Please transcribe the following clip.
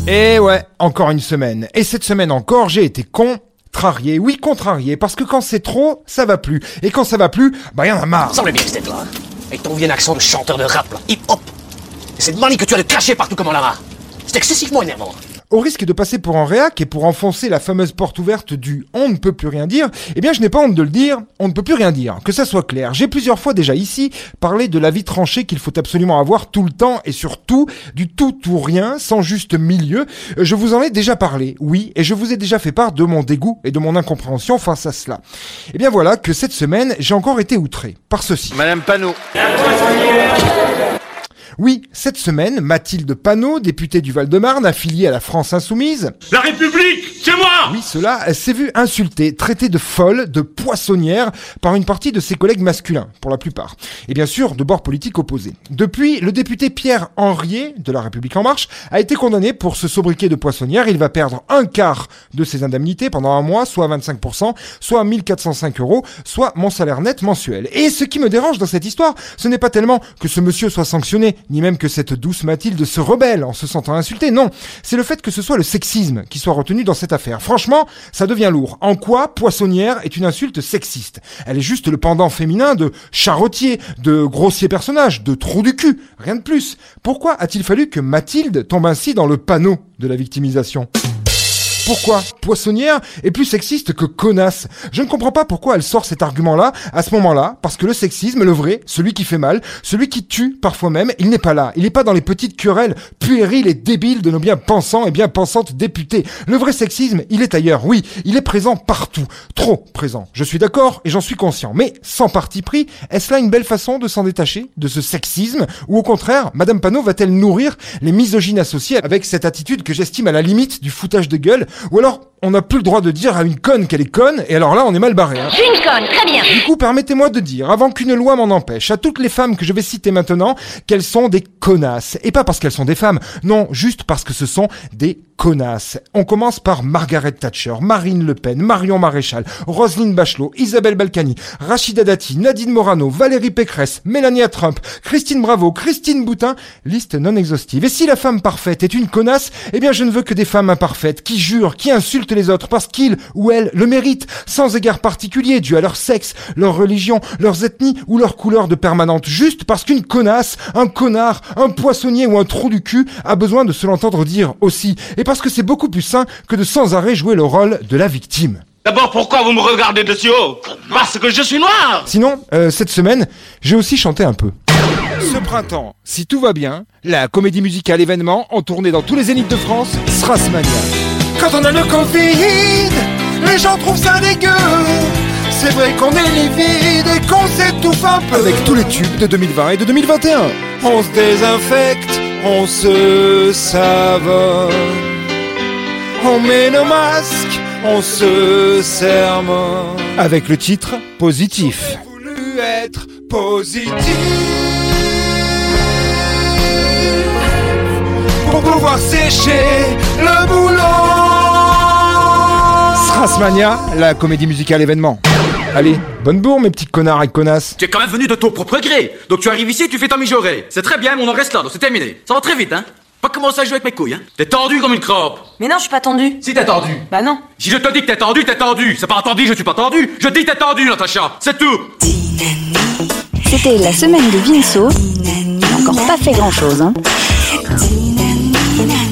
Et ouais, encore une semaine. Et cette semaine encore, j'ai été contrarié. Oui, contrarié, parce que quand c'est trop, ça va plus. Et quand ça va plus, y en a marre. Semble bien que c'était toi, hein. Avec ton vieux accent de chanteur de rap, là, hip-hop. Et cette manie que tu as de cracher partout comme un lama. C'est excessivement énervant. Au risque de passer pour un réac et pour enfoncer la fameuse porte ouverte du « on ne peut plus rien dire », eh bien je n'ai pas honte de le dire, on ne peut plus rien dire. Que ça soit clair, j'ai plusieurs fois déjà ici parlé de l'avis tranché qu'il faut absolument avoir tout le temps et surtout du tout ou rien, sans juste milieu. Je vous en ai déjà parlé, oui, et je vous ai déjà fait part de mon dégoût et de mon incompréhension face à cela. Eh bien voilà que cette semaine, j'ai encore été outré par ceci. Madame Panot. Oui, cette semaine, Mathilde Panot, députée du Val-de-Marne, affiliée à la France Insoumise... La République, c'est moi! Oui, cela s'est vu insultée, traitée de folle, de poissonnière, par une partie de ses collègues masculins, pour la plupart. Et bien sûr, de bords politiques opposés. Depuis, le député Pierre Henriet, de La République En Marche, a été condamné pour ce sobriquet de poissonnière. Il va perdre un quart de ses indemnités pendant un mois, soit 25%, soit 1405 €, soit mon salaire net mensuel. Et ce qui me dérange dans cette histoire, ce n'est pas tellement que ce monsieur soit sanctionné, ni même que cette douce Mathilde se rebelle en se sentant insultée, non. C'est le fait que ce soit le sexisme qui soit retenu dans cette affaire. Franchement, ça devient lourd. En quoi poissonnière est une insulte sexiste? Elle est juste le pendant féminin de charretier, de grossier personnage, de trou du cul. Rien de plus. Pourquoi a-t-il fallu que Mathilde tombe ainsi dans le panneau de la victimisation? Pourquoi poissonnière est plus sexiste que connasse? Je ne comprends pas pourquoi elle sort cet argument-là à ce moment-là, parce que le sexisme, le vrai, celui qui fait mal, celui qui tue parfois même, il n'est pas là. Il n'est pas dans les petites querelles puériles et débiles de nos bien pensants et bien pensantes députés. Le vrai sexisme, il est ailleurs, oui, il est présent partout, trop présent. Je suis d'accord et j'en suis conscient, mais sans parti pris, est-ce là une belle façon de s'en détacher de ce sexisme, ou au contraire, Madame Panot va-t-elle nourrir les misogynes associées avec cette attitude que j'estime à la limite du foutage de gueule? Ou alors, on n'a plus le droit de dire à une conne qu'elle est conne, et alors là, on est mal barré. Je suis une conne, très bien. Du coup, permettez-moi de dire, avant qu'une loi m'en empêche, à toutes les femmes que je vais citer maintenant, qu'elles sont des connasses. Et pas parce qu'elles sont des femmes, non, juste parce que ce sont des connasses. On commence par Margaret Thatcher, Marine Le Pen, Marion Maréchal, Roselyne Bachelot, Isabelle Balkany, Rachida Dati, Nadine Morano, Valérie Pécresse, Melania Trump, Christine Bravo, Christine Boutin, liste non exhaustive. Et si la femme parfaite est une connasse, eh bien je ne veux que des femmes imparfaites, qui jurent, qui insultent les autres parce qu'ils ou elles le méritent, sans égard particulier dû à leur sexe, leur religion, leurs ethnies ou leur couleur de permanente, juste parce qu'une connasse, un connard, un poissonnier ou un trou du cul a besoin de se l'entendre dire aussi. Et parce que c'est beaucoup plus sain que de sans arrêt jouer le rôle de la victime. D'abord, pourquoi vous me regardez de si haut? Parce que je suis noir! Sinon, cette semaine, j'ai aussi chanté un peu. Ce printemps, si tout va bien, la comédie musicale événement en tournée dans tous les zéniths de France, Strasmania. Quand on a le Covid, les gens trouvent ça dégueu. C'est vrai qu'on est livide et qu'on s'étouffe un peu. Avec tous les tubes de 2020 et de 2021. On se désinfecte, on se savonne. On met nos masques, on se sermonne. Avec le titre Positif. J'ai voulu être positif pour pouvoir sécher le boulot. Strasmania, la comédie musicale événement. Allez, bonne bourre mes petits connards et connasses. Tu es quand même venu de ton propre gré. Donc tu arrives ici et tu fais t'améliorer. C'est très bien, mais on en reste là, donc c'est terminé. Ça va très vite, hein. Pas commencer à jouer avec mes couilles, hein. T'es tendu comme une crampe. Mais non, je suis pas tendue. Si t'es tendu. Bah non. Si je te dis que t'es tendu, t'es tendu. C'est pas entendu, je suis pas tendu. Je dis t'es tendu, Natacha. C'est tout. C'était la semaine de Vinceau. Il n'a encore pas fait grand chose, hein.